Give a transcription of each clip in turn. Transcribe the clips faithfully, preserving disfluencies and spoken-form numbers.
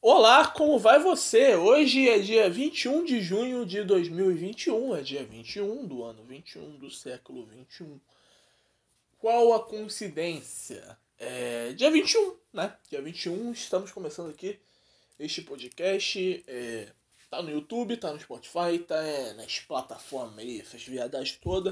Olá, como vai você? Hoje é dia vinte e um de junho de dois mil e vinte e um, é dia vinte e um do ano vinte e um do século vinte e um. Qual a coincidência? É dia vinte e um, né? Dia vinte e um, estamos começando aqui este podcast. É, tá no YouTube, tá no Spotify, tá é, nas plataformas aí, essas viadagens todas.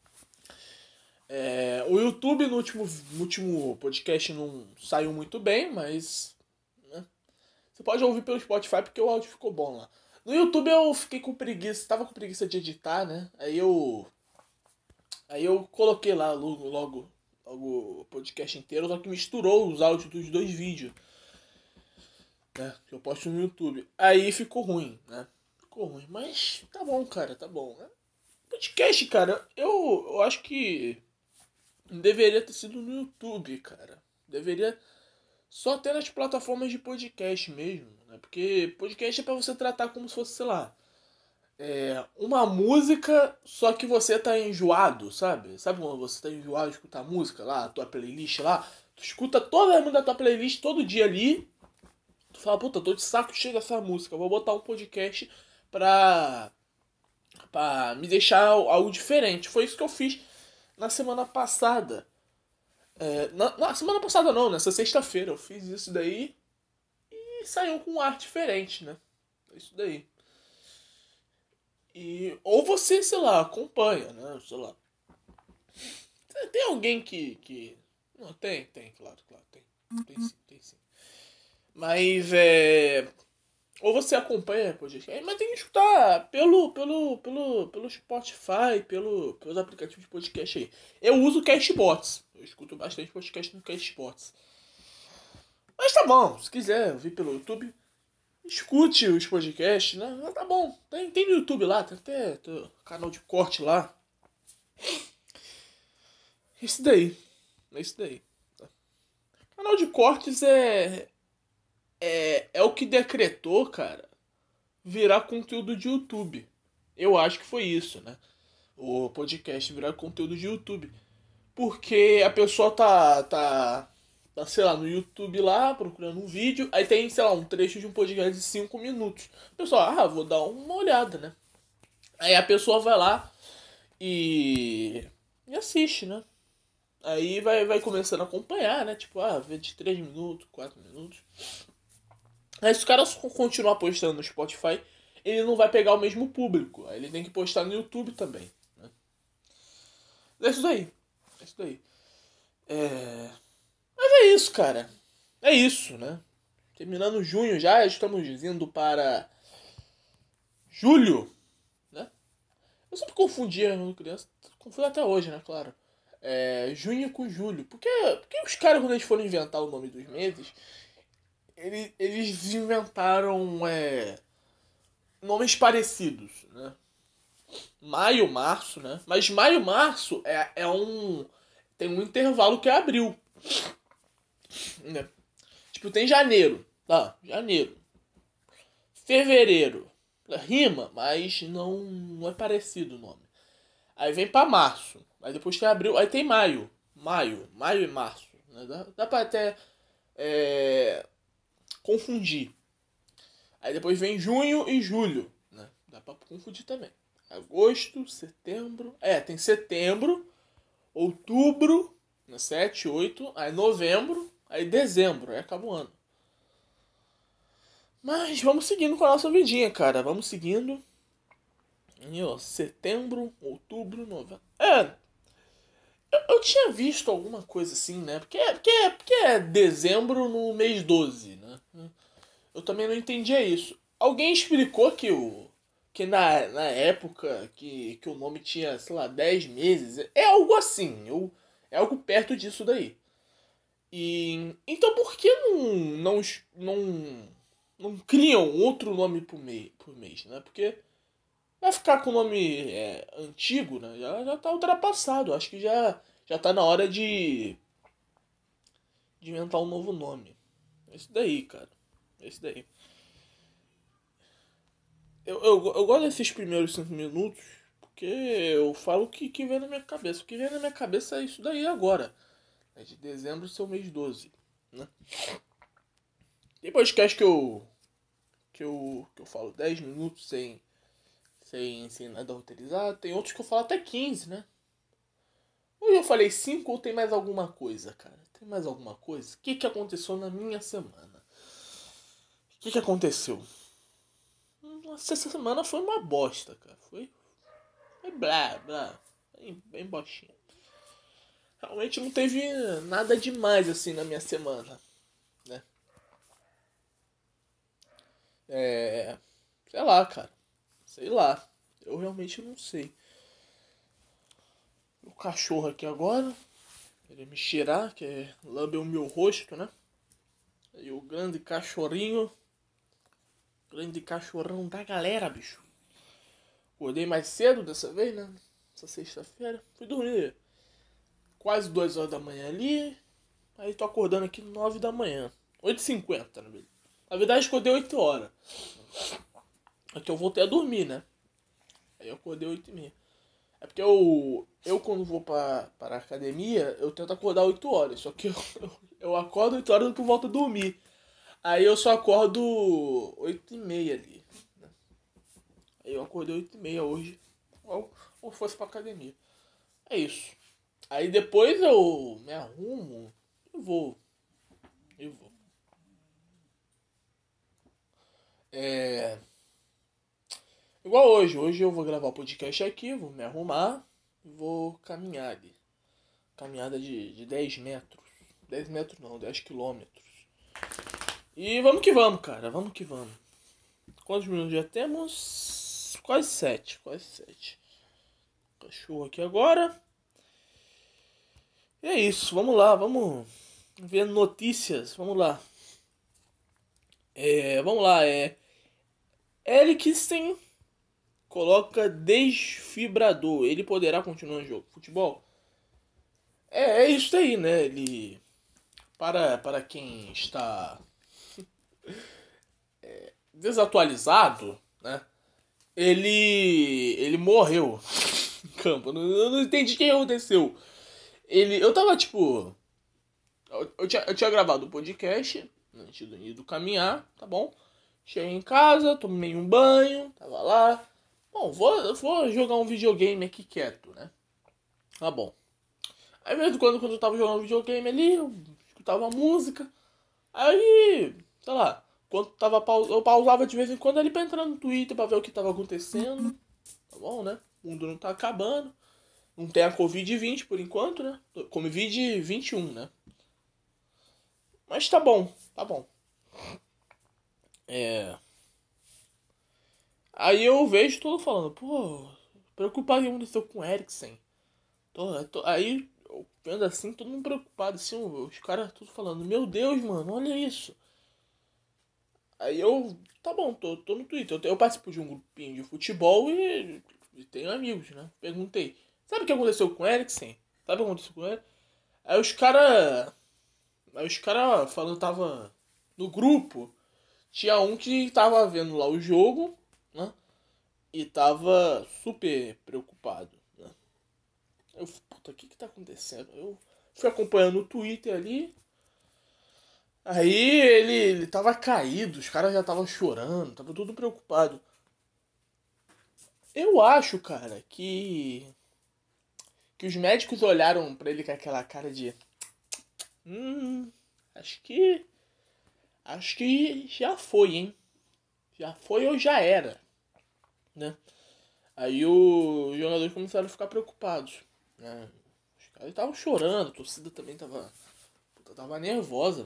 É, o YouTube no último, no último podcast não saiu muito bem, mas você pode ouvir pelo Spotify porque o áudio ficou bom lá. No YouTube eu fiquei com preguiça, tava com preguiça de editar, né? Aí eu. Aí eu coloquei lá logo, logo, logo o podcast inteiro, só que misturou os áudios dos dois vídeos, né? Que eu posto no YouTube. Aí ficou ruim, né? Ficou ruim. Mas tá bom, cara, tá bom. Podcast, cara, eu, eu acho que deveria ter sido no YouTube, cara. Deveria só ter nas plataformas de podcast mesmo, né? Porque podcast é pra você tratar como se fosse, sei lá, é, uma música, só que você tá enjoado, sabe? Sabe quando você tá enjoado de escutar música lá, a tua playlist lá? Tu escuta toda a música da tua playlist todo dia ali, tu fala, puta, tô de saco cheio dessa música, vou botar um podcast pra, pra me deixar algo diferente. Foi isso que eu fiz na semana passada. É, na, na semana passada não, nessa sexta-feira eu fiz isso daí e saiu com um ar diferente, né? Isso daí. E, ou você, sei lá, acompanha, né? Sei lá. Tem alguém que. que... Não, tem, tem, claro, claro, tem. Tem sim, tem sim. Mas é. Ou você acompanha podcast, mas tem que escutar pelo, pelo, pelo, pelo Spotify, pelo, pelos aplicativos de podcast aí. Eu uso o Castbox. Eu escuto bastante podcast no Castbox. Mas tá bom, se quiser ouvir pelo YouTube, escute os podcasts, né? Mas tá bom, tem, tem no YouTube lá, tem até tem canal de corte lá. Isso daí, é isso daí. Tá? Canal de cortes é, é, é o que decretou, cara, virar conteúdo de YouTube. Eu acho que foi isso, né? O podcast virar conteúdo de YouTube. Porque a pessoa tá, tá, tá, sei lá, no YouTube lá, procurando um vídeo, aí tem, sei lá, um trecho de um podcast de cinco minutos. O pessoal, ah, vou dar uma olhada, né? Aí a pessoa vai lá e, e assiste, né? Aí vai, vai começando a acompanhar, né? Tipo, ah, vê de três minutos, quatro minutos. Aí se o cara continuar postando no Spotify, ele não vai pegar o mesmo público. Aí ele tem que postar no YouTube também, né? É isso daí. É isso daí. É... Mas é isso, cara. É isso, né? Terminando junho já, estamos indo para julho, né? Eu sempre confundia quando criança, confundo até hoje, né, claro. É, junho com julho. Porque, porque os caras, quando eles foram inventar o nome dos meses, eles, eles inventaram é, nomes parecidos, né? Maio, março, né? Mas maio, março é, é um... tem um intervalo que é abril, né? Tipo, tem janeiro, tá? Janeiro. Fevereiro. Rima, mas não, não é parecido o nome. Aí vem pra março. Aí depois tem abril. Aí tem maio. Maio. Maio e março. Né? Dá, dá pra até é, confundir. Aí depois vem junho e julho. Né? Dá pra confundir também. Agosto, setembro. É, tem setembro, outubro, né? sete, oito. Aí novembro. Aí dezembro. Aí acaba o ano. Mas vamos seguindo com a nossa vidinha, cara. Vamos seguindo. E, ó, setembro, outubro, novembro. É, eu, eu tinha visto alguma coisa assim, né? Porque, é- porque, é- porque é dezembro no mês doze, né? Eu também não entendia isso. Alguém explicou que o. Que na, na época que, que o nome tinha, sei lá, dez meses. É algo assim. Eu, é algo perto disso daí. E. Então por que não. Não. Não, não criam outro nome por, mei, por mês, né? Porque vai ficar com o nome é, antigo, né? Já, já tá ultrapassado. Acho que já, já tá na hora de, de inventar um novo nome. É isso daí, cara. É isso daí. Eu, eu, eu gosto desses primeiros cinco minutos porque eu falo o que, que vem na minha cabeça. O que vem na minha cabeça é isso daí agora. É de dezembro ser o mês doze, né? Tem podcast que eu, que eu, que eu falo dez minutos sem, sem, sem nada roteirizado. Tem outros que eu falo até quinze, né? Hoje eu falei cinco ou tem mais alguma coisa, cara? Tem mais alguma coisa? O que, que aconteceu na minha semana? O que, que aconteceu? Nossa, essa semana foi uma bosta, cara. Foi, foi blá, blá. Bem, bem bostinha. Realmente não teve nada demais assim na minha semana, né? É... Sei lá, cara. Sei lá. Eu realmente não sei. O cachorro aqui agora. Ele me cheirar, que é lambe o meu rosto, né? E o grande cachorrinho. Grande cachorrão da galera, bicho. Acordei mais cedo dessa vez, né? Essa sexta-feira. Fui dormir quase duas horas da manhã ali. Aí tô acordando aqui nove da manhã. oito e cinquenta, na verdade. Na verdade, acordei oito horas. É que eu voltei a dormir, né? Aí eu acordei oito e meia. É porque eu, eu quando vou pra, pra academia, eu tento acordar oito horas. Só que eu, eu, eu acordo oito horas e eu volto a dormir. Aí eu só acordo oito e meia ali. Né? Aí eu acordei oito e meia hoje. Ou, ou fosse pra academia. É isso. Aí depois eu me arrumo e vou. E vou. É... Igual hoje. Hoje eu vou gravar o podcast aqui, vou me arrumar e vou caminhar ali. Caminhada de, de dez metros. dez metros não, dez quilômetros. E vamos que vamos, cara. Vamos que vamos. Quantos minutos já temos? Quase sete. Quase sete. Cachorro aqui agora. E é isso. Vamos lá. Vamos ver notícias. Vamos lá. É, vamos lá. É, Eriksen coloca desfibrador. Ele poderá continuar no jogo de futebol? É, é isso aí, né? Ele... Para, para quem está desatualizado, né? Ele ele morreu em campo. Eu não, eu não entendi o que aconteceu. Ele, eu tava tipo, eu, eu, tinha, eu tinha gravado o podcast antes do ido caminhar, tá bom? Cheguei em casa, tomei um banho, tava lá. Bom, vou, vou jogar um videogame aqui quieto, né? Tá bom. Aí mesmo quando, quando eu tava jogando videogame ali, eu escutava música. Aí, sei lá, quando tava eu pausava de vez em quando ali pra entrar no Twitter pra ver o que tava acontecendo. Tá bom, né? O mundo não tá acabando. Não tem a covid vinte por enquanto, né? covid vinte e um, né? Mas tá bom, tá bom. É. Aí eu vejo todo falando, pô, preocupado o que aconteceu com o Eriksen. Tô, tô, aí, eu vendo assim, todo mundo preocupado, assim, os caras tudo falando, meu Deus, mano, olha isso. Aí eu, tá bom, tô, tô no Twitter. Eu, eu participo de um grupinho de futebol e, e tenho amigos, né? Perguntei, sabe o que aconteceu com o Eriksen? Sabe o que aconteceu com ele? Aí os caras. Aí os caras falando, tava no grupo. Tinha um que tava vendo lá o jogo, né? E tava super preocupado, né? Eu, puta, o que que tá acontecendo? Eu fui acompanhando o Twitter ali. Aí ele, ele tava caído, os caras já estavam chorando, tava tudo preocupado. Eu acho, cara, que. Que os médicos olharam pra ele com aquela cara de. Hum. Acho que. Acho que já foi, hein? Já foi ou já era, né? Aí os jogadores começaram a ficar preocupados, né? Os caras estavam chorando, a torcida também tava, tava nervosa.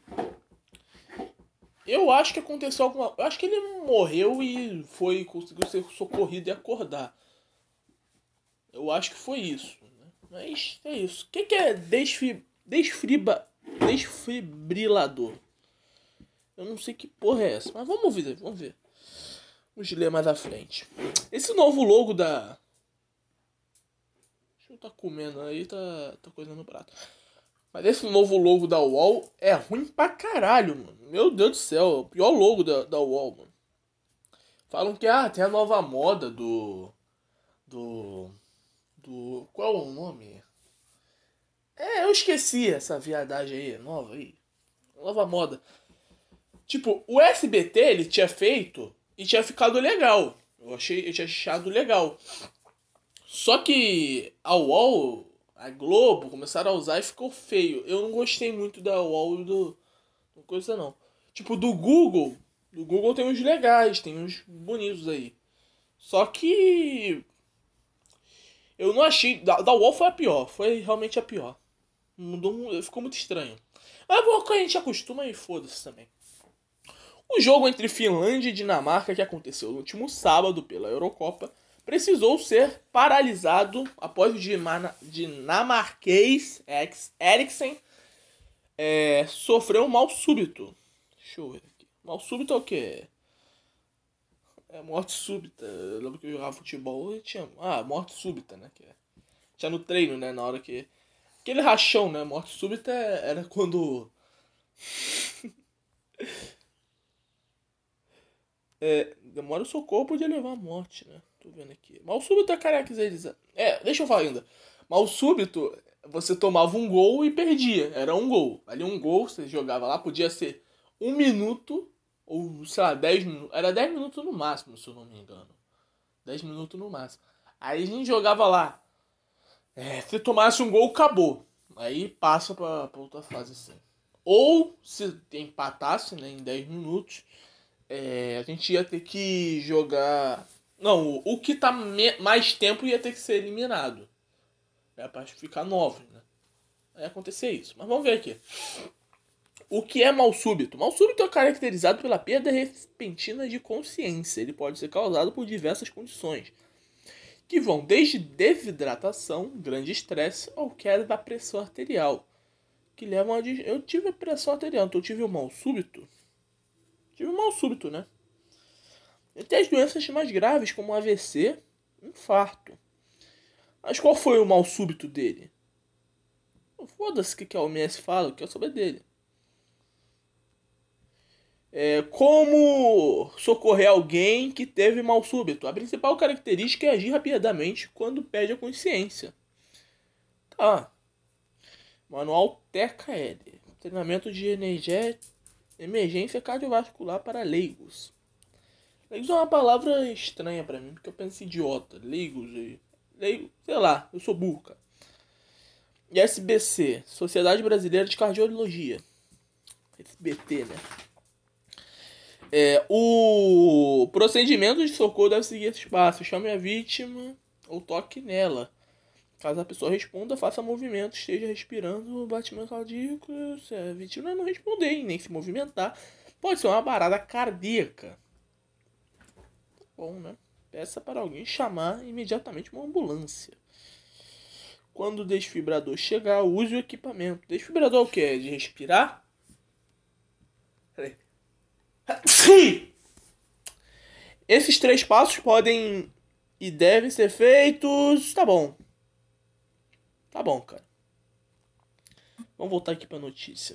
Eu acho que aconteceu alguma... Eu acho que ele morreu e foi conseguiu ser socorrido e acordar. Eu acho que foi isso, né? Mas é isso. O que, que é desfi... desfriba... desfibrilador? Eu não sei que porra é essa, mas vamos ver, vamos ver. Vamos ler mais à frente. Esse novo logo da... Deixa eu tá comendo aí, tá, tá coisa no prato. Mas esse novo logo da U O L é ruim pra caralho, mano. Meu Deus do céu, é o pior logo da, da U O L, mano. Falam que ah, tem a nova moda do... Do... Do... Qual é o nome? É, eu esqueci essa viadagem aí, nova aí. Nova moda. Tipo, o S B T, ele tinha feito e tinha ficado legal. Eu achei, eu tinha achado legal. Só que a UOL, a Globo, começaram a usar e ficou feio. Eu não gostei muito da UOL e do... Não coisa não. Tipo, do Google. Do Google tem uns legais, tem uns bonitos aí. Só que... Eu não achei... Da, da UOL foi a pior. Foi realmente a pior. Mudou, ficou muito estranho. Mas bom, que a gente acostuma e foda-se também. O jogo entre Finlândia e Dinamarca, que aconteceu no último sábado pela Eurocopa, precisou ser paralisado após o dinamarquês Eriksen é, sofrer um mal súbito. Deixa eu ver aqui. Mal súbito é o quê? É morte súbita. Eu lembro que eu jogava futebol e tinha... Ah, morte súbita, né? Que é... Tinha no treino, né? Na hora que... Aquele rachão, né? Morte súbita era quando... É, demora o socorro, podia levar a morte, né? Tô vendo aqui. Mal súbito é careca, eles... É, deixa eu falar ainda. Mal súbito, você tomava um gol e perdia. Era um gol. Ali um gol, você jogava lá, podia ser um minuto, ou sei lá, dez minutos. Era dez minutos no máximo, se eu não me engano. Dez minutos no máximo. Aí a gente jogava lá. É, se tomasse um gol, acabou. Aí passa pra, pra outra fase assim. Ou se empatasse, né, em dez minutos, é, a gente ia ter que jogar. Não, o, o que tá me... mais tempo ia ter que ser eliminado. É pra ficar nove, né? Aí ia acontecer isso. Mas vamos ver aqui. O que é mal súbito? Mal súbito é caracterizado pela perda repentina de consciência. Ele pode ser causado por diversas condições, que vão desde desidratação, grande estresse, ou queda da pressão arterial, que levam a... Eu tive a pressão arterial, então eu tive o mal súbito. Tive o mal súbito, né? E tem as doenças mais graves, como A V C, infarto. Mas qual foi o mal súbito dele? Foda-se o que, que a O M S fala, eu quero saber dele. É, como socorrer alguém que teve mal súbito? A principal característica é agir rapidamente quando perde a consciência. Tá. Manual T K L. Treinamento de energia, emergência cardiovascular para leigos. Leigos é uma palavra estranha pra mim, porque eu penso idiota. Leigos, leigo, sei lá, eu sou burro, cara. E S B C, Sociedade Brasileira de Cardiologia. S B T, né? É, o procedimento de socorro deve seguir esses passos. Chame a vítima ou toque nela. Caso a pessoa responda, faça movimento, esteja respirando, batimento cardíaco. Se a vítima não responder e nem se movimentar, pode ser uma parada cardíaca. Tá bom, né? Peça para alguém chamar imediatamente uma ambulância. Quando o desfibrador chegar, use o equipamento. Desfibrador é o que? É de respirar? Peraí. Sim! Esses três passos podem e devem ser feitos. Tá bom. Tá bom, cara. Vamos voltar aqui pra notícia.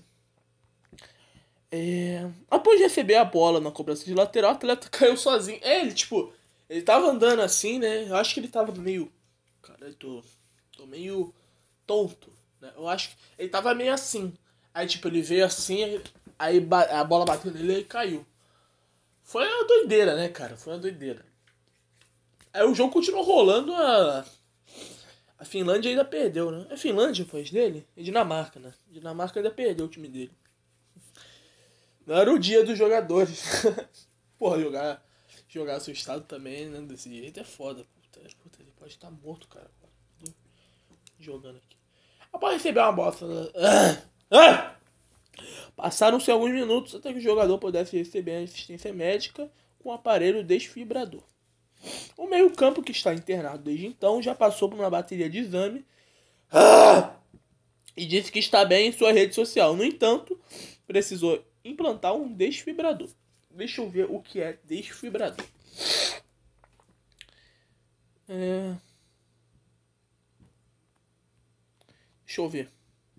É... Após receber a bola na cobrança de lateral, o atleta caiu sozinho. É, ele, tipo, ele tava andando assim, né? Eu acho que ele tava meio... Cara, eu tô, tô meio tonto, né? Eu acho que ele tava meio assim. Aí, tipo, ele veio assim, aí a bola bateu nele e caiu. Foi uma doideira, né, cara? Foi uma doideira. Aí o jogo continuou rolando, a... A Finlândia ainda perdeu, né? É Finlândia, pois, dele? É Dinamarca, né? Dinamarca ainda perdeu o time dele. Não era o dia dos jogadores. Porra, jogar, jogar seu estado também, né? Desse jeito é foda. Puta, puta, ele pode estar morto, cara. Jogando aqui. Após receber uma bosta. Ah! Ah! Passaram-se alguns minutos até que o jogador pudesse receber assistência médica com o aparelho desfibrador. O meio-campo, que está internado desde então, já passou por uma bateria de exame ah! e disse que está bem em sua rede social. No entanto, precisou implantar um desfibrador. Deixa eu ver o que é desfibrador. É... Deixa eu ver.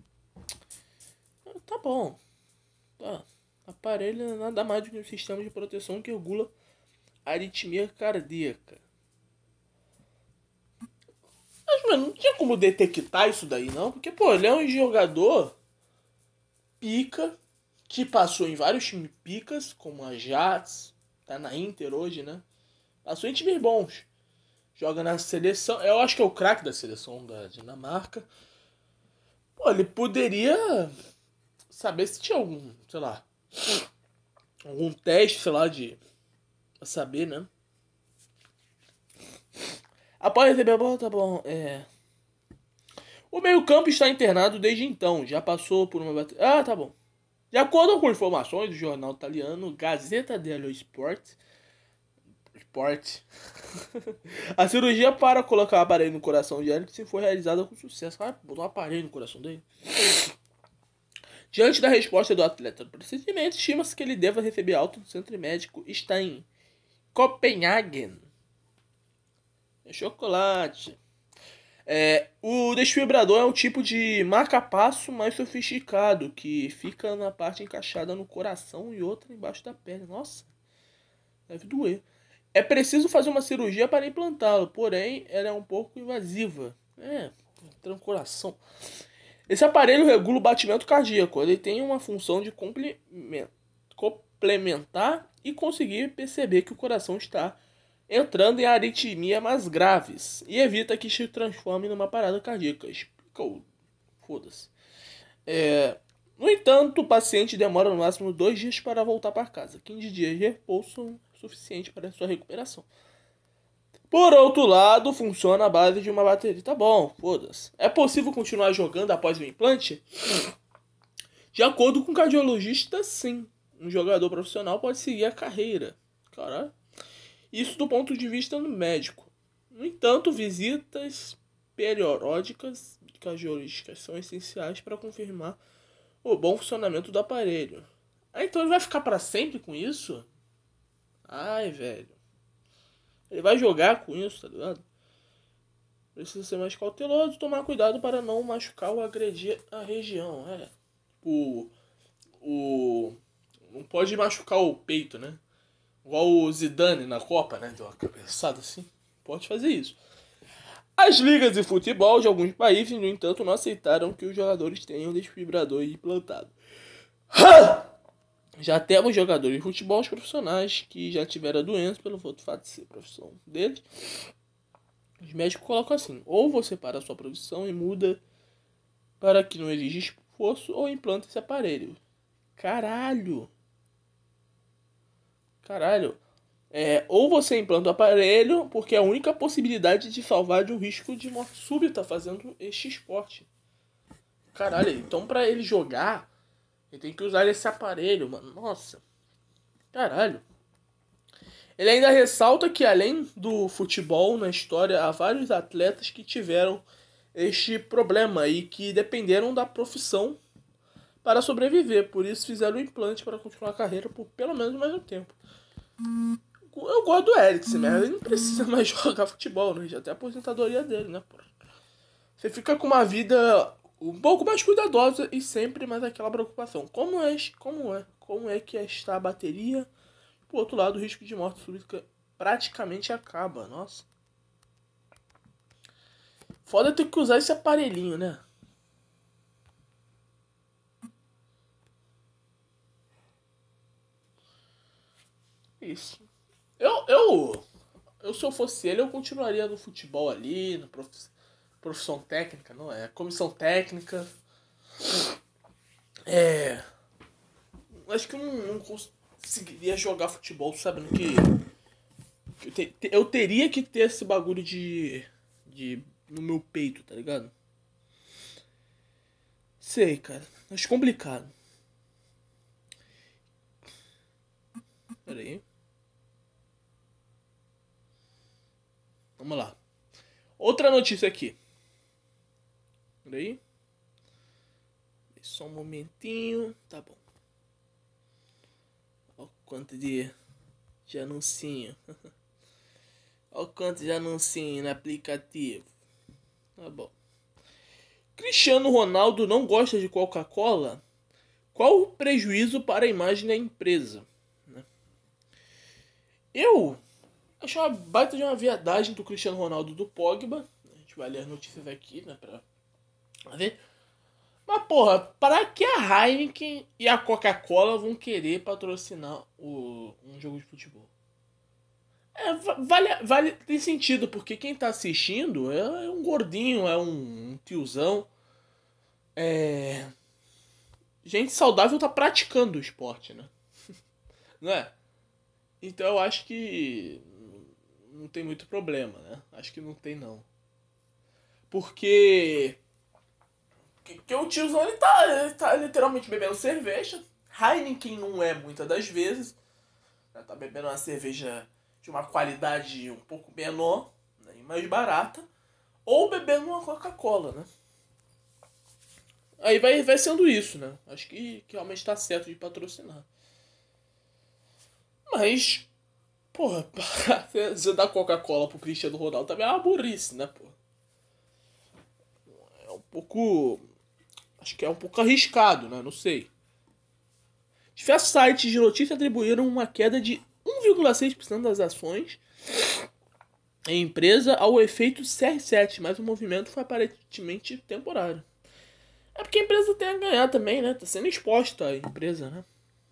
Tá bom. Tá. Aparelho é nada mais do que um sistema de proteção que regula a aritmia cardíaca. Mas, mano, não tinha como detectar isso daí, não? Porque, pô, ele é um jogador pica, que passou em vários times picas, como a Ajax, tá na Inter hoje, né? Passou em times bons. Joga na seleção, eu acho que é o craque da seleção da Dinamarca. Pô, ele poderia saber se tinha algum, sei lá, algum teste, sei lá, de pra saber, né? Após receber a bola, tá bom, é... O meio-campo está internado desde então, já passou por uma bateria... Ah, tá bom. De acordo com informações do jornal italiano Gazzetta dello Sport, Sport a cirurgia para colocar o aparelho no coração de Eriksen foi realizada com sucesso. Ah, botou um aparelho no coração dele. Diante da resposta do atleta do procedimento, estima-se que ele deva receber alta no centro médico. Está em Copenhagen. É chocolate. É, o desfibrador é um tipo de marca-passo mais sofisticado que fica na parte encaixada no coração e outra embaixo da perna. Nossa, deve doer. É preciso fazer uma cirurgia para implantá-lo, porém ela é um pouco invasiva. É, entra no coração. Esse aparelho regula o batimento cardíaco. Ele tem uma função de complementar e conseguir perceber que o coração está entrando em aritmia mais graves e evita que se transforme numa parada cardíaca. Explicou. Foda-se. É... No entanto, o paciente demora no máximo dois dias para voltar para casa. quinze dias de repouso são suficientes para sua recuperação. Por outro lado, funciona a base de uma bateria. Tá bom, foda-se. É possível continuar jogando após o implante? De acordo com o cardiologista, sim. Um jogador profissional pode seguir a carreira. Caralho. Isso do ponto de vista do médico. No entanto, visitas periódicas cardiológicas são essenciais para confirmar o bom funcionamento do aparelho. Ah, então ele vai ficar para sempre com isso? Ai, velho. Ele vai jogar com isso, tá ligado? Precisa ser mais cauteloso e tomar cuidado para não machucar ou agredir a região. É. O. O. Não pode machucar o peito, né? Igual o Zidane na Copa, né? Deu uma cabeçada assim. Pode fazer isso. As ligas de futebol de alguns países, no entanto, não aceitaram que os jogadores tenham desfibrador implantado. Já temos jogadores de futebol profissionais que já tiveram a doença pelo fato de ser a profissão deles. Os médicos colocam assim: ou você para a sua profissão e muda para que não exija esforço, ou implanta esse aparelho. Caralho! Caralho! É, ou você implanta o aparelho, porque é a única possibilidade de salvar de um risco de morte súbita fazendo este esporte. Caralho, então pra ele jogar, ele tem que usar esse aparelho, mano. Nossa. Caralho. Ele ainda ressalta que além do futebol na história, há vários atletas que tiveram este problema e que dependeram da profissão para sobreviver. Por isso fizeram o implante para continuar a carreira por pelo menos mais um tempo. Eu gosto do Eriksen, mas ele não precisa mais jogar futebol, né? Já tem a aposentadoria dele, né, pô? Você fica com uma vida um pouco mais cuidadosa e sempre mais aquela preocupação. Como é, como é, como é que está a bateria? Por outro lado, o risco de morte súbita praticamente acaba, nossa. Foda ter que usar esse aparelhinho, né? Isso. Eu, eu, eu se eu fosse ele, eu continuaria no futebol ali, na prof, profissão técnica, não é? Comissão técnica. É. Acho que eu não, não conseguiria jogar futebol sabendo que. que eu, te, eu teria que ter esse bagulho de. de. no meu peito, tá ligado? Sei, cara. Acho complicado. Pera aí. Vamos lá. Outra notícia aqui. Pera aí. Só um momentinho. Tá bom. Olha o quanto de, de anuncinho. Olha o quanto de anuncinho no aplicativo. Tá bom. Cristiano Ronaldo não gosta de Coca-Cola? Qual o prejuízo para a imagem da empresa? Eu acho uma baita de uma viadagem do Cristiano Ronaldo do Pogba. A gente vai ler as notícias aqui, né, pra ver. Mas, porra, para que a Heineken e a Coca-Cola vão querer patrocinar o, um jogo de futebol? É, vale, vale, tem sentido, porque quem tá assistindo é, é um gordinho, é um, um tiozão. É... Gente saudável tá praticando o esporte, né? Não é? Então eu acho que não tem muito problema, né? Acho que não tem, não. Porque... Que, que o tiozão, ele tá, ele tá literalmente bebendo cerveja. Heineken não é muitas das vezes. Tá bebendo uma cerveja de uma qualidade um pouco menor, né, e mais barata. Ou bebendo uma Coca-Cola, né? Aí vai, vai sendo isso, né? Acho que, que realmente tá certo de patrocinar. Mas, porra, você dá Coca-Cola pro Cristiano Ronaldo também é uma burrice, né, porra? É um pouco... Acho que é um pouco arriscado, né? Não sei. Diversos sites de notícia atribuíram uma queda de um vírgula seis por cento das ações em empresa ao efeito C R sete, mas o movimento foi aparentemente temporário. É porque a empresa tem a ganhar também, né? Tá sendo exposta a empresa, né?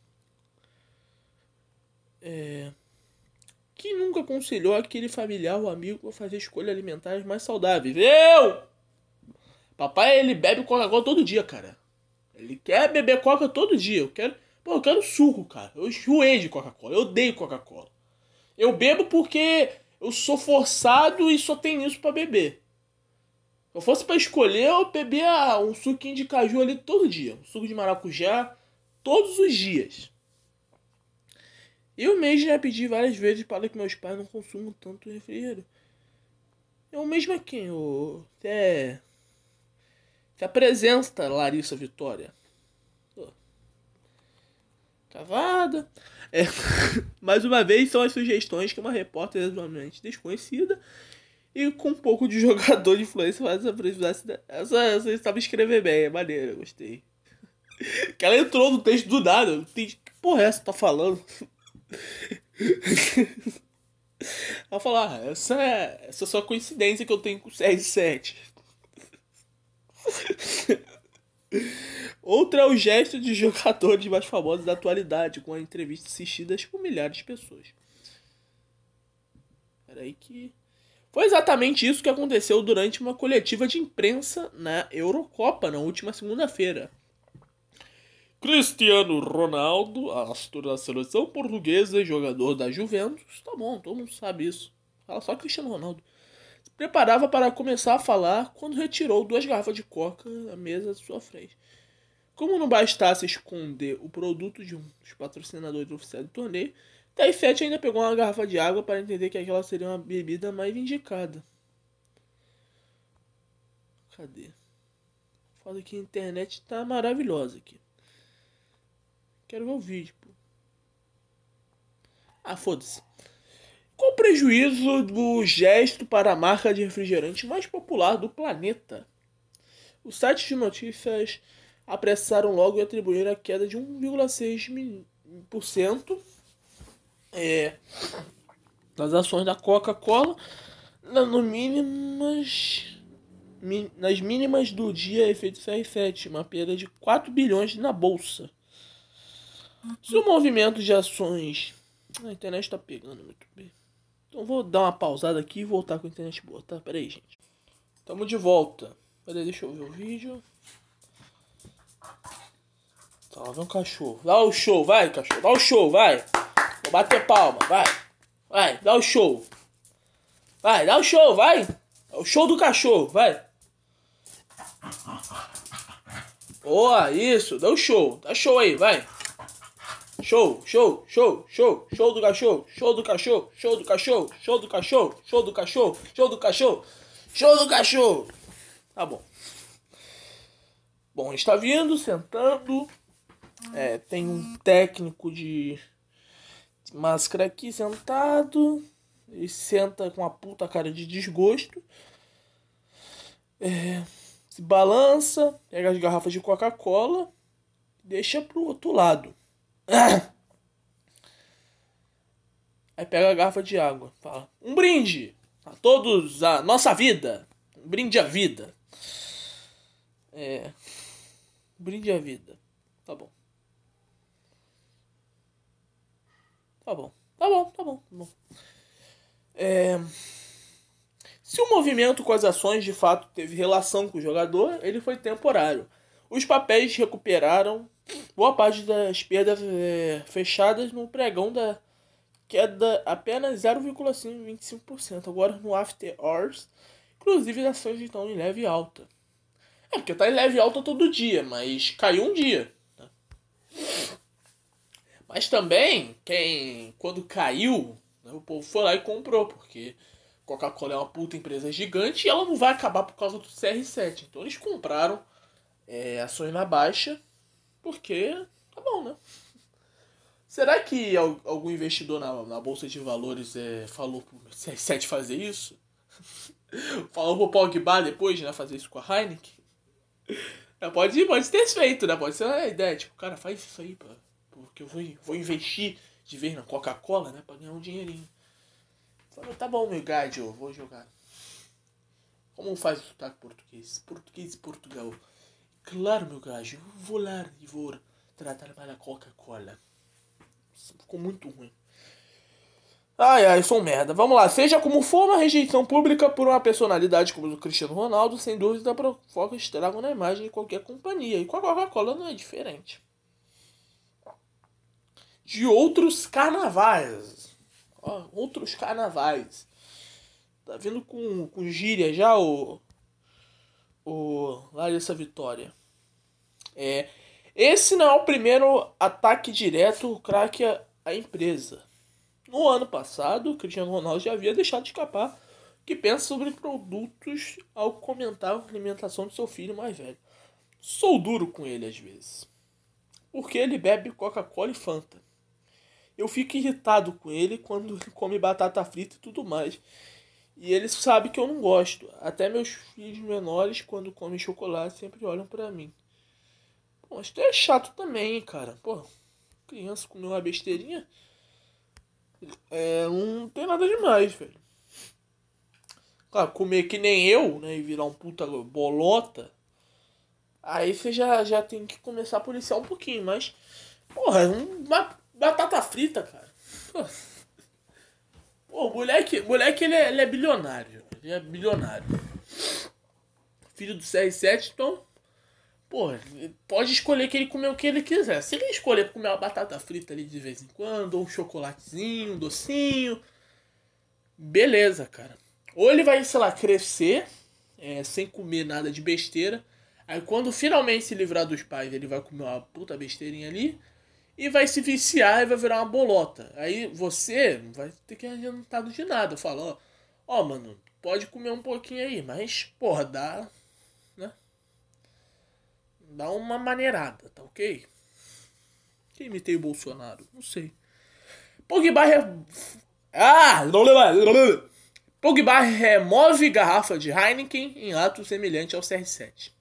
É... Quem nunca aconselhou aquele familiar ou amigo a fazer escolhas alimentares mais saudáveis? Eu! Papai, ele bebe Coca-Cola todo dia, cara. Ele quer beber Coca todo dia. Eu quero... Pô, eu quero suco, cara. Eu enjoei de Coca-Cola. Eu odeio Coca-Cola. Eu bebo porque eu sou forçado e só tenho isso pra beber. Se eu fosse pra escolher, eu bebia um suquinho de caju ali todo dia. Um suco de maracujá todos os dias. Eu mesmo já pedi várias vezes para que meus pais não consumam tanto refrigerante. Eu mesmo aqui, eu... até... Se apresenta, Larissa Vitória. Cavada. É. Mais uma vez, são as sugestões que uma repórter exatamente desconhecida e com um pouco de jogador de influência faz essa essa essa estava escrever bem, é maneiro, gostei. Que ela entrou no texto do nada. Eu entendi, que porra é essa que tá falando? Ela falou, ah, essa é, essa é só coincidência que eu tenho com o C R sete. Outro é o gesto de jogadores mais famosos da atualidade, com a entrevista assistidas por milhares de pessoas. Peraí que... Foi exatamente isso que aconteceu durante uma coletiva de imprensa na Eurocopa, na última segunda-feira. Cristiano Ronaldo, astro da seleção portuguesa e jogador da Juventus, tá bom, todo mundo sabe isso. Fala só Cristiano Ronaldo. Se preparava para começar a falar quando retirou duas garrafas de coca da mesa de sua frente. Como não bastasse esconder o produto de um dos patrocinadores oficiais do torneio, Taifete ainda pegou uma garrafa de água para entender que aquela seria uma bebida mais indicada. Cadê? Foda que a internet tá maravilhosa aqui. Quero ver o vídeo, pô. Ah, foda-se. Qual o prejuízo do gesto para a marca de refrigerante mais popular do planeta? Os sites de notícias apressaram logo e atribuíram a queda de um vírgula seis por cento é, das ações da Coca-Cola no mínimas, min, nas mínimas do dia efeito C R sete, uma perda de quatro bilhões na bolsa. Se o movimento de ações... A internet tá pegando muito bem. Então vou dar uma pausada aqui e voltar com a internet boa, tá? Pera aí, gente. Tamo de volta. Pera aí, deixa eu ver o vídeo. Tá, lá vem um cachorro. Dá o show, vai, cachorro. Dá o show, vai. Vou bater palma, vai. Vai, dá o show. Vai, dá o show, vai. É o show do cachorro, vai. Boa, isso. Dá o show. Dá show aí, vai. Show, show, show, show, show do cachorro, show do cachorro, show do cachorro, show do cachorro, show do cachorro, show do cachorro, show do cachorro. Tá bom. Bom, a gente tá vindo, sentando. É, tem um técnico de, de máscara aqui sentado. Ele senta com uma puta cara de desgosto. É, se balança, pega as garrafas de Coca-Cola e deixa pro outro lado. Aí pega a garrafa de água, fala: um brinde a todos, a nossa vida, um brinde à vida. É. Brinde a vida. Tá bom. Tá bom. Tá bom, tá bom, tá bom. É... Se o movimento com as ações de fato teve relação com o jogador, ele foi temporário. Os papéis recuperaram boa parte das perdas é, fechadas no pregão da queda apenas zero vírgula vinte e cinco por cento. Agora no After Hours, inclusive as ações estão em leve alta. É porque tá em leve alta todo dia, mas caiu um dia. Né? Mas também, quem quando caiu, né, o povo foi lá e comprou, porque Coca-Cola é uma puta empresa gigante e ela não vai acabar por causa do C R sete. Então eles compraram é, ações na baixa, porque tá bom, né? Será que algum investidor na, na Bolsa de Valores é, falou pro C R sete fazer isso? Falou pro Pogba depois, né? Fazer isso com a Heineken? É, pode, pode ter feito, né? Pode ser uma ideia. Tipo, cara, faz isso aí, pô, porque eu vou, vou investir de vez na Coca-Cola, né? Pra ganhar um dinheirinho. Falei, tá bom, meu gajo, vou jogar. Como faz o sotaque português? Português e Portugal. Claro, meu gajo, vou lá e vou tratar mal a Coca-Cola. Ficou muito ruim. Ai, ai, sou um merda. Vamos lá. Seja como for, uma rejeição pública por uma personalidade como o Cristiano Ronaldo, sem dúvida, provoca estrago na imagem de qualquer companhia. E com a Coca-Cola não é diferente. De outros carnavais. Ó, outros carnavais. Tá vindo com, com gíria já, o... O... Larissa Vitória. É... Esse não é o primeiro ataque direto craque à empresa. No ano passado, o Cristiano Ronaldo já havia deixado de escapar que pensa sobre produtos ao comentar a alimentação do seu filho mais velho. Sou duro com ele às vezes, porque ele bebe Coca-Cola e Fanta. Eu fico irritado com ele quando ele come batata frita e tudo mais. E ele sabe que eu não gosto. Até meus filhos menores, quando comem chocolate, sempre olham pra mim. Pô, isso é chato também, cara. Pô, criança comer uma besteirinha... É, não tem nada demais, velho. Claro, comer que nem eu, né, e virar um puta bolota, aí você já, já tem que começar a policiar um pouquinho, mas, porra, uma batata frita, cara. Pô, Pô, o moleque, moleque ele, é, ele é bilionário, ele é bilionário. Filho do C R sete, então, porra, pode escolher que ele comer o que ele quiser. Se ele escolher comer uma batata frita ali de vez em quando, ou um chocolatezinho, um docinho, beleza, cara. Ou ele vai, sei lá, crescer é, sem comer nada de besteira. Aí quando finalmente se livrar dos pais, ele vai comer uma puta besteirinha ali. E vai se viciar e vai virar uma bolota. Aí você não vai ter que adiantar de nada. Fala, ó, ó, mano, pode comer um pouquinho aí, mas, porra, dá, né? Dá uma maneirada, tá ok? Quem imitei o Bolsonaro? Não sei. Pogba é... Ah! Pogba remove garrafa de Heineken em ato semelhante ao C R sete.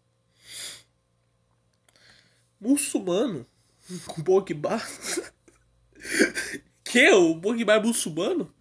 Muçulmano? Com Pogba? Que? O Pogba é muçulmano?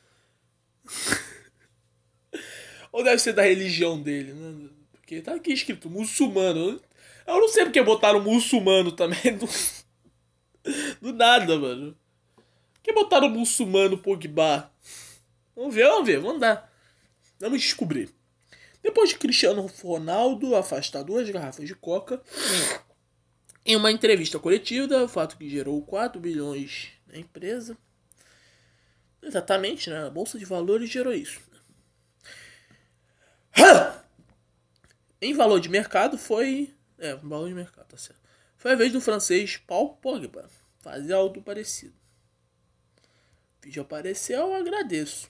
Ou deve ser da religião dele, né? Porque tá aqui escrito muçulmano. Eu não sei porque botaram muçulmano também do, do nada, mano. Por que botaram muçulmano Pogba? Vamos ver, vamos ver, vamos dar. Vamos descobrir. Depois de Cristiano Ronaldo afastar duas garrafas de coca, em uma entrevista coletiva, o fato que gerou quatro bilhões na empresa. Exatamente, né? A Bolsa de Valores gerou isso. Em valor de mercado foi... É, valor de mercado, tá certo. Foi a vez do francês Paul Pogba fazer algo parecido. O vídeo apareceu, eu agradeço.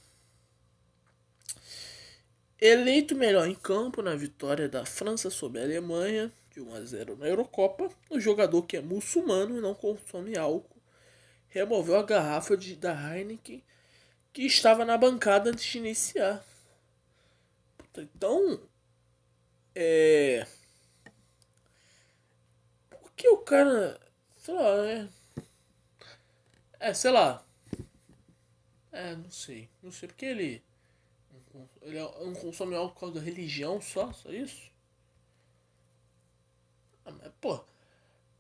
Eleito melhor em campo na vitória da França sobre a Alemanha, de um a zero na Eurocopa, o jogador que é muçulmano e não consome álcool removeu a garrafa de, da Heineken que estava na bancada antes de iniciar. Então, é... Por que o cara... Sei lá, é... É, sei lá. É, não sei. Não sei porque ele... Ele não consome álcool por causa da religião só? Só isso? Ah, mas, pô...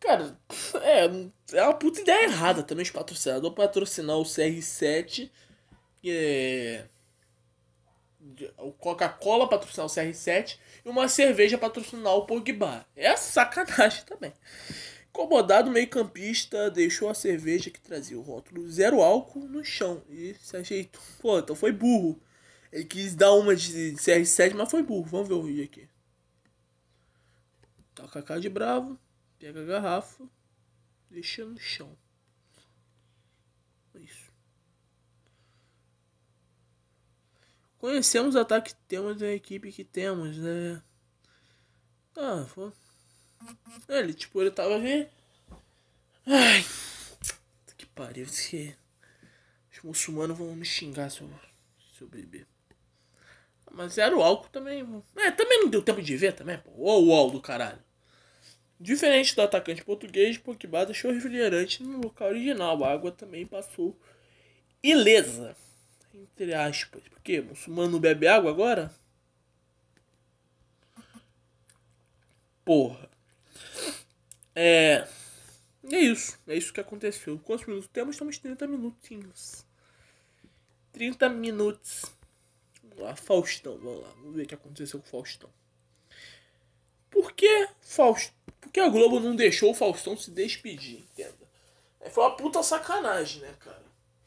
Cara, é, é uma puta ideia errada também os patrocinadores patrocinar o C R sete. É, o Coca-Cola patrocinar o C R sete e uma cerveja patrocinar o Pogba. É sacanagem também. Incomodado, o meio-campista deixou a cerveja que trazia o rótulo zero álcool no chão e se ajeitou. Pô, então foi burro. Ele quis dar uma de C R sete, mas foi burro. Vamos ver o vídeo aqui. Tá com a cara de bravo, pega a garrafa, deixa no chão. Isso. Conhecemos o ataque que temos da equipe que temos, né? Ah, foi. Ele, tipo, ele tava ali. Ai, que pariu. Que os muçulmanos vão me xingar se eu, se eu beber. Mas era o álcool também. É, também não deu tempo de ver também, pô. Ô, o UOL do caralho. Diferente do atacante português, Pogba deixou refrigerante no local original. A água também passou ilesa. Entre aspas. Porque muçulmano não bebe água agora? Porra. É. É isso. É isso que aconteceu. Quantos minutos temos? Temos trinta minutinhos. trinta minutos. Vamos lá, Faustão. Vamos lá. Vamos ver o que aconteceu com o Faustão. Por que Faust... Por que a Globo não deixou o Faustão se despedir? Entenda. É, foi uma puta sacanagem, né, cara?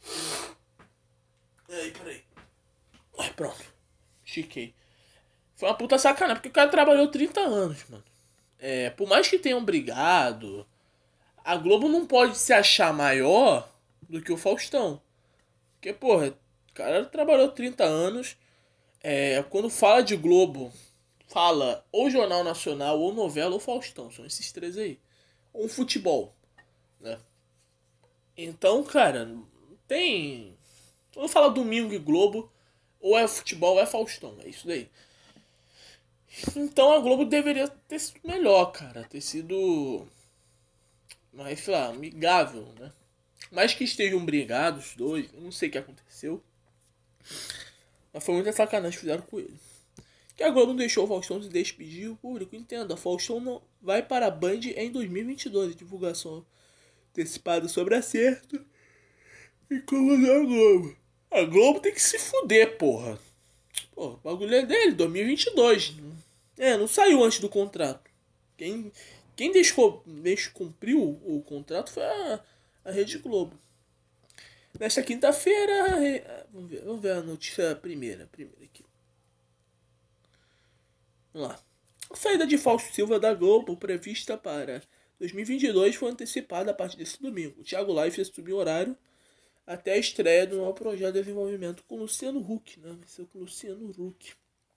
Aí, peraí. Ai, pronto. Chiquei. Foi uma puta sacanagem, porque o cara trabalhou trinta anos, mano. É, por mais que tenham brigado, a Globo não pode se achar maior do que o Faustão. Porque, porra, o cara trabalhou trinta anos. É, quando fala de Globo, fala ou Jornal Nacional, ou novela, ou Faustão. São esses três aí. Ou futebol, né? Então, cara, tem... Quando fala Domingo e Globo, ou é futebol ou é Faustão. É isso daí. Então a Globo deveria ter sido melhor, cara. Ter sido... mais, sei lá, amigável, né? Mas que estejam brigados os dois, eu não sei o que aconteceu. Mas foi muita sacanagem que fizeram com ele. Que a Globo não deixou o Faustão se despedir, o público entenda. Faustão não vai para a Band em dois mil e vinte e dois. Divulgação antecipada sobre acerto. E como a Globo. A Globo tem que se fuder, porra. Pô, o bagulho é dele, dois mil e vinte e dois. É, não saiu antes do contrato. Quem, quem deixou, deixou cumpriu o, o contrato foi a, a Rede Globo. Nesta quinta-feira, vamos ver, vamos ver a notícia primeira, primeira aqui. Vamos lá. A saída de Fausto Silva da Globo, prevista para dois mil e vinte e dois, foi antecipada a partir desse domingo. O Thiago Leifert subiu o horário até a estreia do novo projeto de desenvolvimento com o Luciano Huck, né? Vai ser com o Luciano Huck.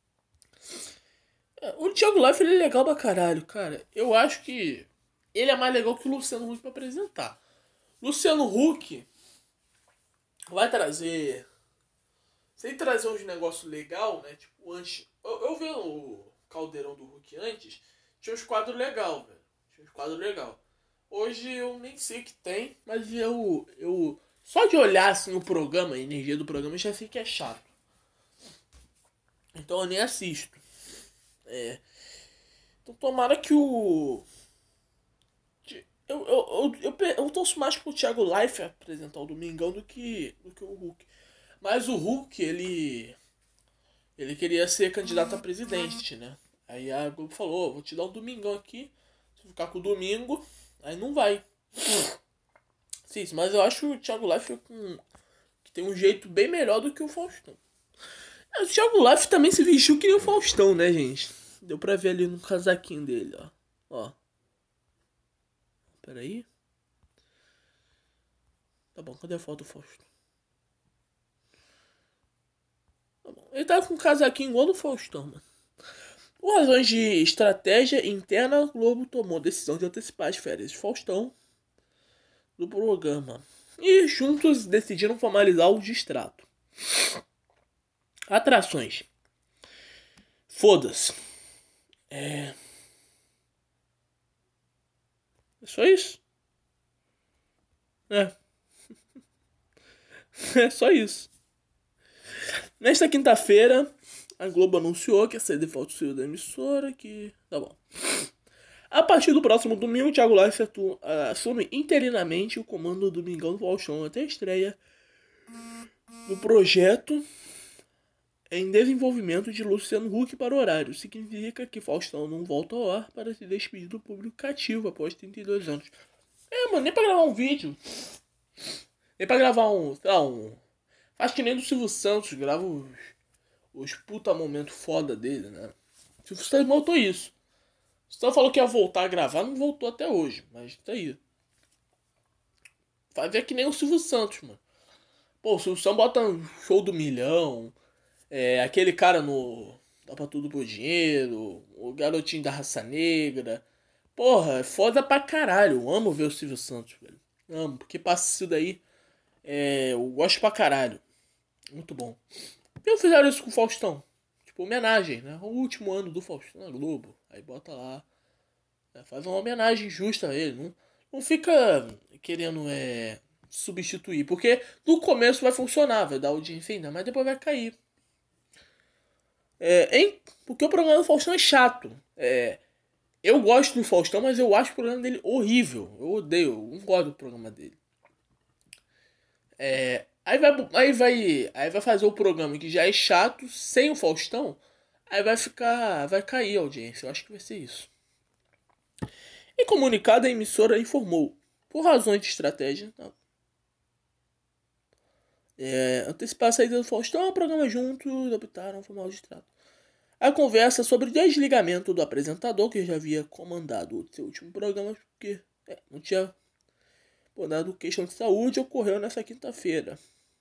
É, o Thiago Leifert ele é legal pra caralho, cara. Eu acho que ele é mais legal que o Luciano Huck pra apresentar. Luciano Huck vai trazer... Sem trazer uns negócios legais, né? Tipo, antes... Eu, eu vi o Caldeirão do Huck antes, tinha uns quadros legais, velho. Tinha uns quadros legais. Hoje eu nem sei o que tem, mas eu... eu só de olhar assim o programa, a energia do programa, eu já sei que é chato. Então eu nem assisto. É. Então tomara que o... Eu, eu, eu, eu, eu torço mais pro Thiago Leifert apresentar o Domingão do que, do que o Huck. Mas o Huck, ele... Ele queria ser candidato a presidente, né? Aí a Globo falou, oh, vou te dar um Domingão aqui. Se ficar com o Domingo, aí não vai. Sim, mas eu acho o Thiago Leifert com... que tem um jeito bem melhor do que o Faustão. O Thiago Leifert também se vestiu que nem o Faustão, né, gente? Deu pra ver ali no casaquinho dele, ó. Ó. Pera aí. Tá bom, cadê a foto do Faustão? Tá bom. Ele tava com um casaquinho igual do Faustão, mano. Por razões de estratégia interna, a Globo tomou a decisão de antecipar as férias de Faustão do programa. E juntos decidiram formalizar o distrato. Atrações. Foda-se. É... É só isso? É. É só isso. Nesta quinta-feira, a Globo anunciou que a saída de Fausto Silva da emissora, que... Tá bom. A partir do próximo domingo, Thiago Leifert assume interinamente o comando do Domingão do Faustão até a estreia do projeto em desenvolvimento de Luciano Huck para o horário. Significa que Faustão não volta ao ar para se despedir do público cativo após trinta e dois anos. É, mano, nem pra gravar um vídeo. Nem pra gravar um, sei lá, um... Acho que nem do Silvio Santos, grava os, os puta momento foda dele, né? O Silvio Santos voltou isso. O Silvio falou que ia voltar a gravar, não voltou até hoje, mas tá aí. Vai ver que nem o Silvio Santos, mano. Pô, o Silvio Santos bota um show do milhão, é, aquele cara no Dá Pra Tudo Por Dinheiro, o garotinho da Raça Negra. Porra, é foda pra caralho. Eu amo ver o Silvio Santos, velho. Amo, porque passa isso daí. É, eu gosto pra caralho. Muito bom. E eu fizeram isso com o Faustão. Tipo, homenagem, né? O último ano do Faustão na Globo. Aí bota lá. Né? Faz uma homenagem justa a ele. Não, não fica querendo é, substituir. Porque no começo vai funcionar, vai dar audiência ainda, mas depois vai cair. É, hein? Porque o programa do Faustão é chato. É, eu gosto do Faustão, mas eu acho o programa dele horrível. Eu odeio, eu não gosto do programa dele. É, aí, vai, aí, vai, aí vai fazer o programa que já é chato, sem o Faustão. Aí vai ficar. Vai cair a audiência. Eu acho que vai ser isso. Em comunicado, a emissora informou, por razões de estratégia, não, é, antecipar a saída do Faustão ao programa juntos, optaram por magistrado. A conversa sobre o desligamento do apresentador, que já havia comandado o seu último programa, porque é, não tinha por dado questão de saúde, ocorreu nessa quinta-feira.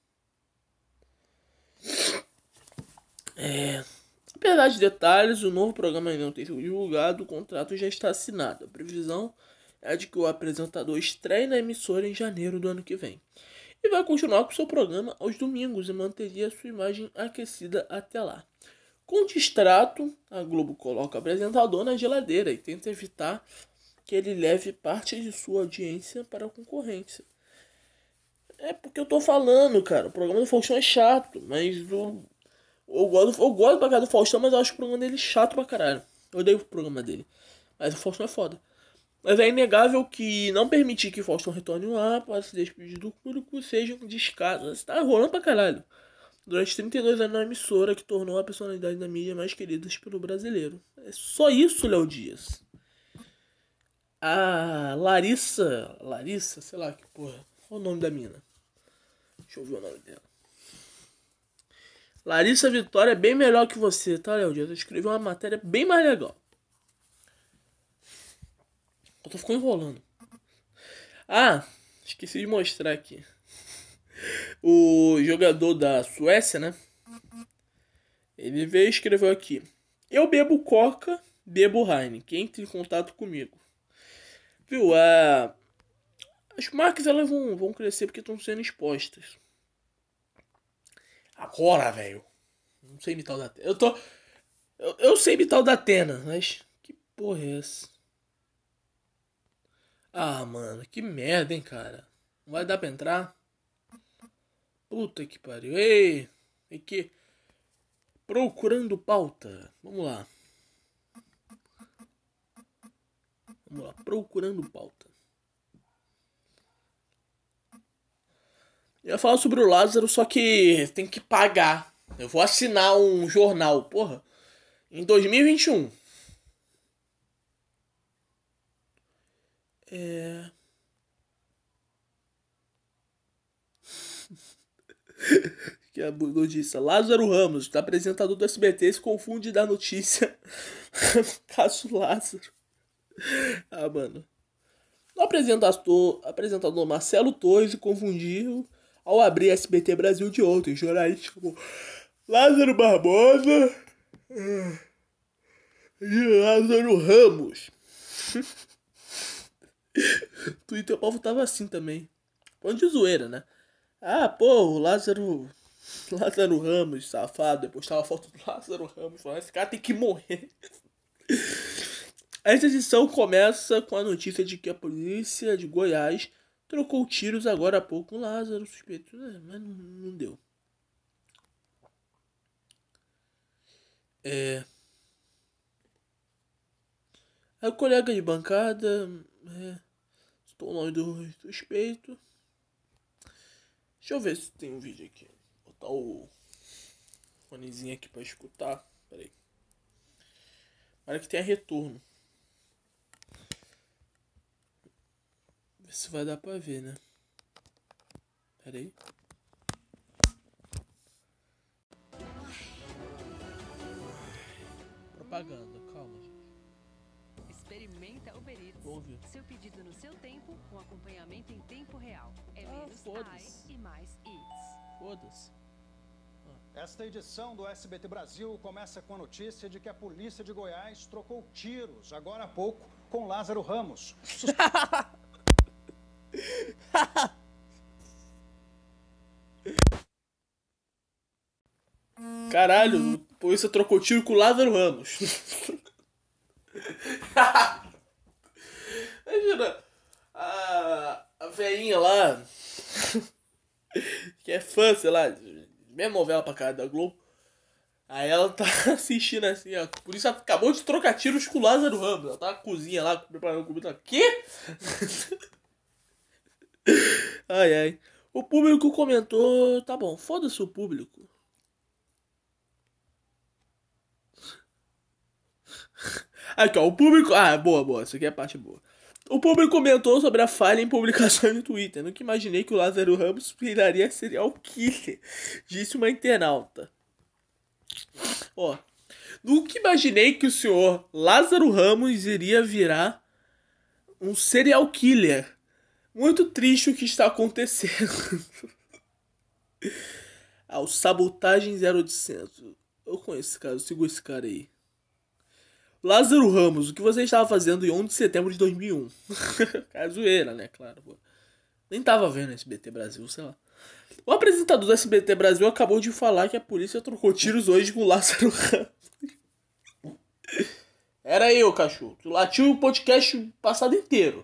É, apesar de detalhes, o novo programa ainda não tem sido divulgado, o contrato já está assinado. A previsão é de que o apresentador estreie na emissora em janeiro do ano que vem. E vai continuar com seu programa aos domingos e manteria sua imagem aquecida até lá. Com distrato, a Globo coloca o apresentador na geladeira e tenta evitar que ele leve parte de sua audiência para a concorrência. É porque eu tô falando, cara, o programa do Faustão é chato, mas o, eu, gosto, eu gosto pra cá do Faustão, mas eu acho o programa dele chato pra caralho. Eu odeio o programa dele. Mas o Faustão é foda. Mas é inegável que não permitir que o Faustão retorne ao ar para se despedir do público seja um descaso. Você tá rolando pra caralho. Durante trinta e dois anos na emissora que tornou a personalidade da mídia mais querida pelo brasileiro. É só isso, Léo Dias. A Larissa... Larissa? Sei lá que porra. Qual o nome da mina? Deixa eu ver o nome dela. Larissa Vitória é bem melhor que você, tá, Léo Dias? Eu escrevi uma matéria bem mais legal. Eu tô ficando enrolando. Ah, esqueci de mostrar aqui. O jogador da Suécia, né? Ele veio e escreveu aqui: eu bebo Coca, bebo Heineken. Entre em contato comigo. Viu? Ah, as marcas elas vão, vão crescer porque estão sendo expostas. Agora, velho. Não sei imitar o da Atena. Eu tô. Eu, eu sei imitar o da Atena, mas. Que porra é essa? Ah, mano, que merda, hein, cara. Não vai dar pra entrar? Puta que pariu. Ei! Aqui. Procurando pauta. Vamos lá. Vamos lá. Procurando pauta. Eu ia falar sobre o Lázaro, só que tem que pagar. Eu vou assinar um jornal, porra. Em dois mil e vinte e um. É... que a notícia. Lázaro Ramos, apresentador do S B T, se confunde da notícia. Caso Lázaro. Ah, mano. O apresentador, apresentador Marcelo Torres se confundiu ao abrir S B T Brasil de ontem. O jornalista chamou Lázaro Barbosa e Lázaro Ramos. Twitter, o povo tava assim também. Falando de zoeira, né? Ah, pô, o Lázaro... Lázaro Ramos, safado. Depois tava a foto do Lázaro Ramos falando, esse cara tem que morrer. Esta edição começa com a notícia de que a polícia de Goiás trocou tiros agora há pouco com Lázaro, suspeito, né? Mas não, não deu. É... Aí o colega de bancada, é, estou o nome do suspeito. Deixa eu ver se tem um vídeo aqui. Vou botar o fonezinho aqui pra escutar. Pera aí. Para que tenha retorno. Ver se vai dar pra ver, né? Pera aí. Propaganda, calma, gente. Experimenta Uber Eats. Ouve. Seu pedido no seu tempo, com acompanhamento em tempo real. É Ah, menos foda-se. ai e mais Eats. Foda-se. Esta edição do S B T Brasil começa com a notícia de que a polícia de Goiás trocou tiros, agora há pouco, com Lázaro Ramos. Sus- Caralho, a polícia trocou tiro com o Lázaro Ramos. Imagina, a, a velhinha lá, que é fã, sei lá, mesma novela pra cara da Globo. Aí ela tá assistindo assim, ó. Por isso ela acabou de trocar tiros com o Lázaro Ramos. Ela tá na cozinha lá, preparando comida. Quê? Ai, ai. O público comentou, tá bom, foda-se o público. Aqui, ó, o público... Ah, boa, boa, isso aqui é a parte boa. O público comentou sobre a falha em publicações no Twitter. Nunca imaginei que o Lázaro Ramos viraria serial killer, disse uma internauta. Ó, nunca imaginei que o senhor Lázaro Ramos iria virar um serial killer. Muito triste o que está acontecendo. Ah, o Sabotagem zero oitocentos. Eu conheço esse cara, eu sigo esse cara aí. Lázaro Ramos, o que você estava fazendo em onze de setembro de dois mil e um? Cara, zoeira, né? Claro. Pô. Nem tava vendo S B T Brasil, sei lá. O apresentador do S B T Brasil acabou de falar que a polícia trocou tiros hoje com o Lázaro Ramos. Era eu, cachorro. Tu latiu o podcast passado inteiro.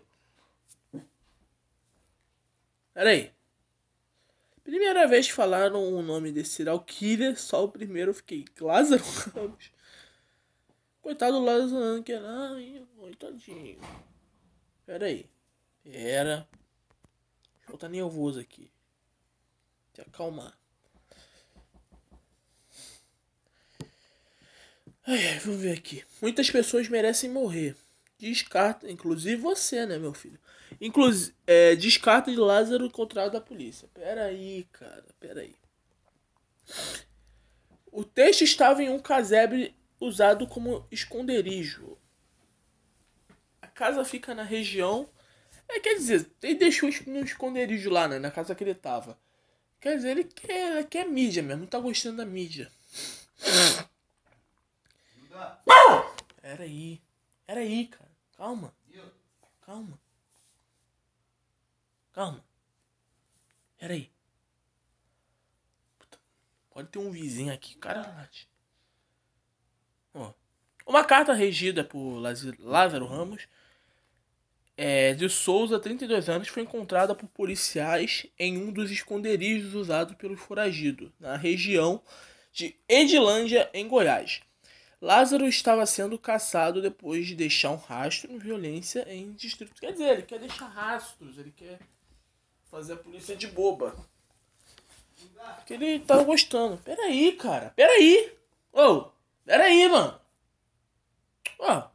Pera aí. Primeira vez que falaram o nome desse serial killer, só o primeiro eu fiquei. Lázaro Ramos. Coitado do Lázaro, que era... Ai, coitadinho. Pera aí. Pera. Deixa eu estar nervoso aqui. Se acalmar. Ai, ai, vamos ver aqui. Muitas pessoas merecem morrer. Descarta, inclusive você, né, meu filho? Inclusive, é, descarta de Lázaro encontrado da polícia. Pera aí, cara. Pera aí. O texto estava em um casebre usado como esconderijo. A casa fica na região... É, quer dizer, ele deixou no esconderijo lá, né? Na casa que ele tava. Quer dizer, ele quer, ele quer mídia mesmo. Não tá gostando da mídia. Pera aí. Pera aí, cara. Calma. Calma. Calma. Pera aí. Pode ter um vizinho aqui, cara. Ó. Uma carta regida por Lázaro Ramos é, de Souza, trinta e dois anos, foi encontrada por policiais em um dos esconderijos usados pelos foragidos, na região de Edilândia, em Goiás. Lázaro estava sendo caçado depois de deixar um rastro de violência em distrito. Quer dizer, ele quer deixar rastros, ele quer fazer a polícia de boba. Porque ele tava gostando. Pera aí, cara. Pera aí. Ô, oh, pera aí, mano. Ó. Oh.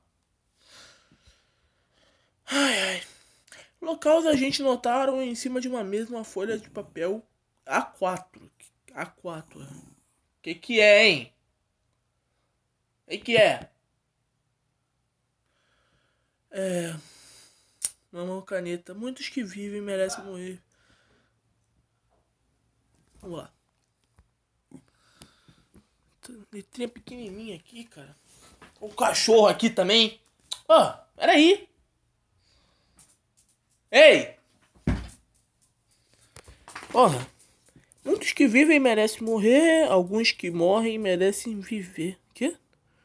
Ai, ai. No local, os agentes notaram em cima de uma mesa uma folha de papel A quatro. A quatro. Que que é, hein? Que que é? É... Mamão caneta. Muitos que vivem merecem morrer. Vamos lá. Letrinha pequenininha aqui, cara. O cachorro aqui também. Ó, oh, peraí. Ei! Porra. Muitos que vivem merecem morrer. Alguns que morrem merecem viver. Quê?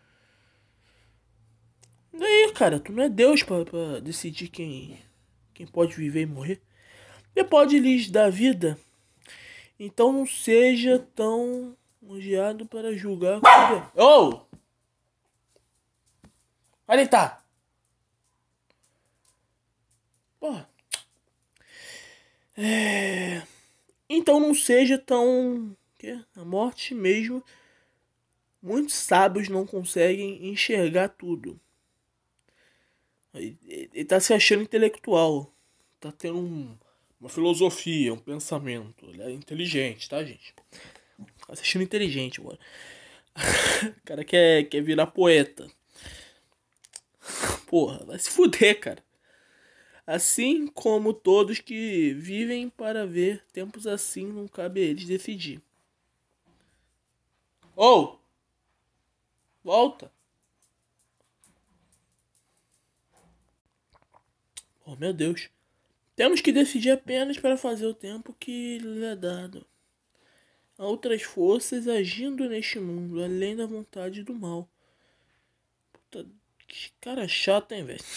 Daí, cara, tu não é Deus pra, pra decidir quem, quem pode viver e morrer. Você pode lhes dar vida. Então não seja tão elogiado para julgar. Ô! Oh! Vai deitar! Porra. É... Então não seja tão... Que? A morte mesmo... Muitos sábios não conseguem enxergar tudo. Ele, ele tá se achando intelectual. Tá tendo um, uma filosofia, um pensamento. Ele é inteligente, tá, gente? Tá se achando inteligente agora. O cara quer, quer virar poeta. Porra, vai se fuder, cara. Assim como todos que vivem para ver tempos assim, não cabe a eles decidir. Ou! Oh, volta! Oh, meu Deus. Temos que decidir apenas para fazer o tempo que lhe é dado. Há outras forças agindo neste mundo, além da vontade do mal. Puta, que cara chato, hein, velho?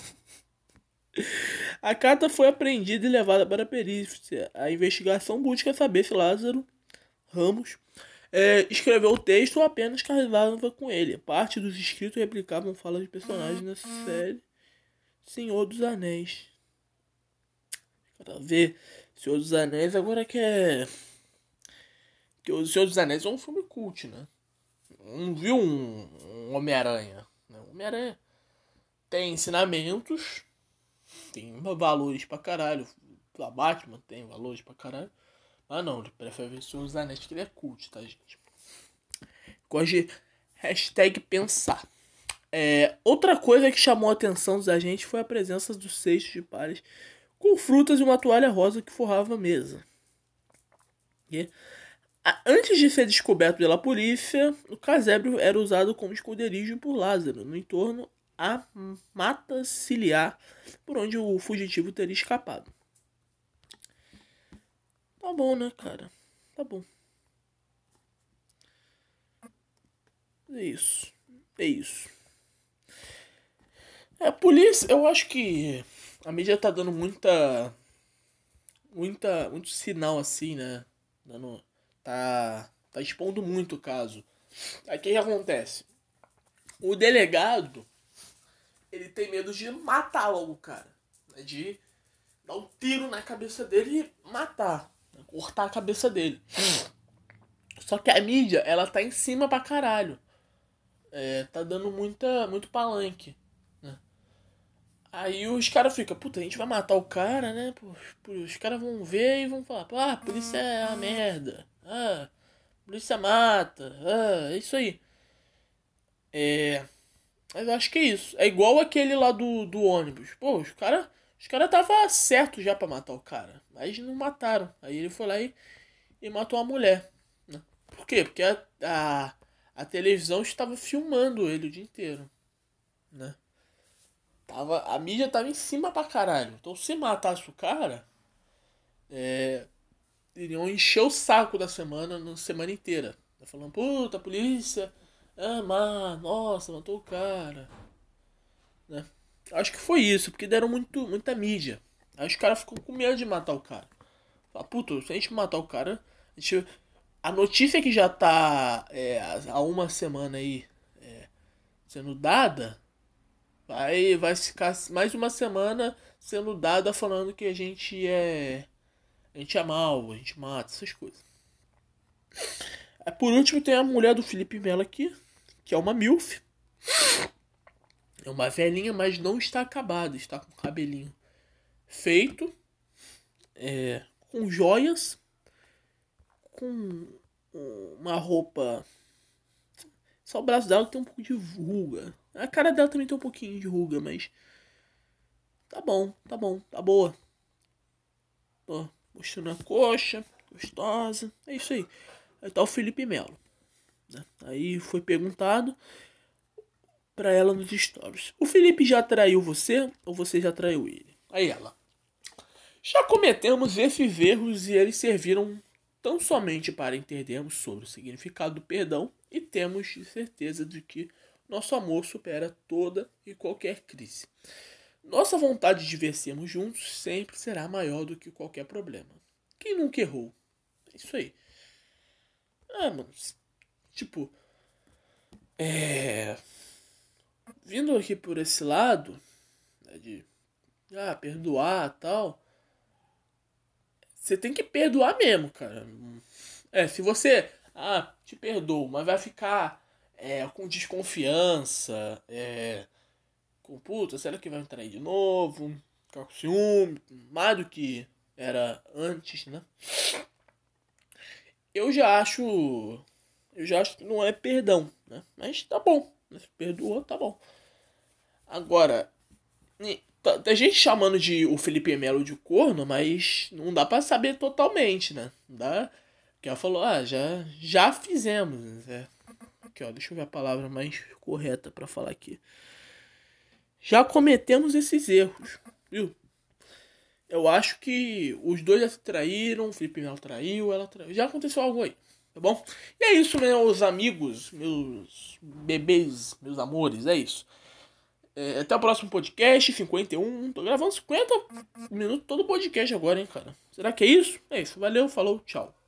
A carta foi apreendida e levada para a perícia. A investigação busca saber se Lázaro Ramos é, escreveu o texto ou apenas carregava com ele. Parte dos escritos replicavam falas de personagens na série Senhor dos Anéis. Para ver Senhor dos Anéis agora que é... Que o Senhor dos Anéis é um filme cult, né? Não viu um, um Homem-Aranha. Né? Homem-Aranha tem ensinamentos, tem valores pra caralho. A Batman tem valores pra caralho. Mas não, ele prefere ver o Senhor dos Anéis, que ele é cult, tá, gente? Gosto de hashtag pensar. É, outra coisa que chamou a atenção dos agentes foi a presença dos cestos de palhas com frutas e uma toalha rosa que forrava a mesa. E, a, antes de ser descoberto pela polícia, o casebre era usado como esconderijo por Lázaro, no entorno à mata ciliar por onde o fugitivo teria escapado. Tá bom, né, cara? Tá bom. É isso. É isso. É, a polícia, eu acho que a mídia tá dando muita... Muita... Muito sinal assim, né? Dando, tá... Tá expondo muito o caso. Aí o que, que acontece? O delegado, ele tem medo de matar logo o cara. Né? De dar um tiro na cabeça dele e matar. Né? Cortar a cabeça dele. Só que a mídia, ela tá em cima pra caralho. É, tá dando muita, muito palanque. Né? Aí os caras ficam, puta, a gente vai matar o cara, né? Pô, os caras vão ver e vão falar, ah, a polícia é a merda. Ah, a polícia mata. Ah, é isso aí. É... Mas eu acho que é isso. É igual aquele lá do, do ônibus. Pô, os caras os cara tava certo já pra matar o cara. Mas não mataram. Aí ele foi lá e, e matou a mulher. Né? Por quê? Porque a, a, a televisão estava filmando ele o dia inteiro. Né? Tava, a mídia tava em cima pra caralho. Então se matasse o cara, é, iriam encher o saco da semana, na semana inteira. Tá falando, puta, a polícia... Ah, mas, nossa, matou o cara. Né? Acho que foi isso, porque deram muito, muita mídia. Aí os caras ficam com medo de matar o cara. Fala, puta, se a gente matar o cara, a, gente... a notícia que já tá é, há uma semana aí é, sendo dada, vai, vai ficar mais uma semana sendo dada falando que a gente é. A gente é mal, a gente mata, essas coisas. Por último tem a mulher do Felipe Melo aqui, que é uma milf. É uma velhinha, mas não está acabada. Está com o cabelinho feito. É, com joias. Com uma roupa... Só o braço dela tem um pouco de ruga. A cara dela também tem um pouquinho de ruga, mas... Tá bom, tá bom, tá boa. Tô mostrando a coxa. Gostosa. É isso aí. Aí tá o Felipe Melo. Né? Aí foi perguntado pra ela nos stories: o Felipe já traiu você ou você já traiu ele? Aí ela: já cometemos esses erros e eles serviram tão somente para entendermos sobre o significado do perdão e temos certeza de que nosso amor supera toda e qualquer crise. Nossa vontade de vencermos juntos sempre será maior do que qualquer problema. Quem nunca errou? É isso aí. Ah, mano. Tipo... É... Vindo aqui por esse lado... Né, de ah, perdoar e tal. Você tem que perdoar mesmo, cara. É, se você, ah, te perdoo, mas vai ficar é, com desconfiança, é, com puta, será que vai me trair de novo? Ficar com ciúme, mais do que era antes, né? Eu já acho, eu já acho que não é perdão, né? Mas tá bom, se perdoou, tá bom. Agora, Tá, tem gente chamando de o Felipe Melo de corno, mas não dá pra saber totalmente, né? Não dá. Porque ela falou, ah, já, já fizemos. É. Aqui, ó, deixa eu ver a palavra mais correta pra falar aqui. Já cometemos esses erros, viu? Eu acho que os dois já se traíram, o Felipe Melo traiu, ela traiu. Já aconteceu algo aí, tá bom? E é isso, meus amigos, meus bebês, meus amores, é isso. É, até o próximo podcast, cinquenta e um. Tô gravando cinquenta minutos todo podcast agora, hein, cara. Será que é isso? É isso. Valeu, falou, tchau.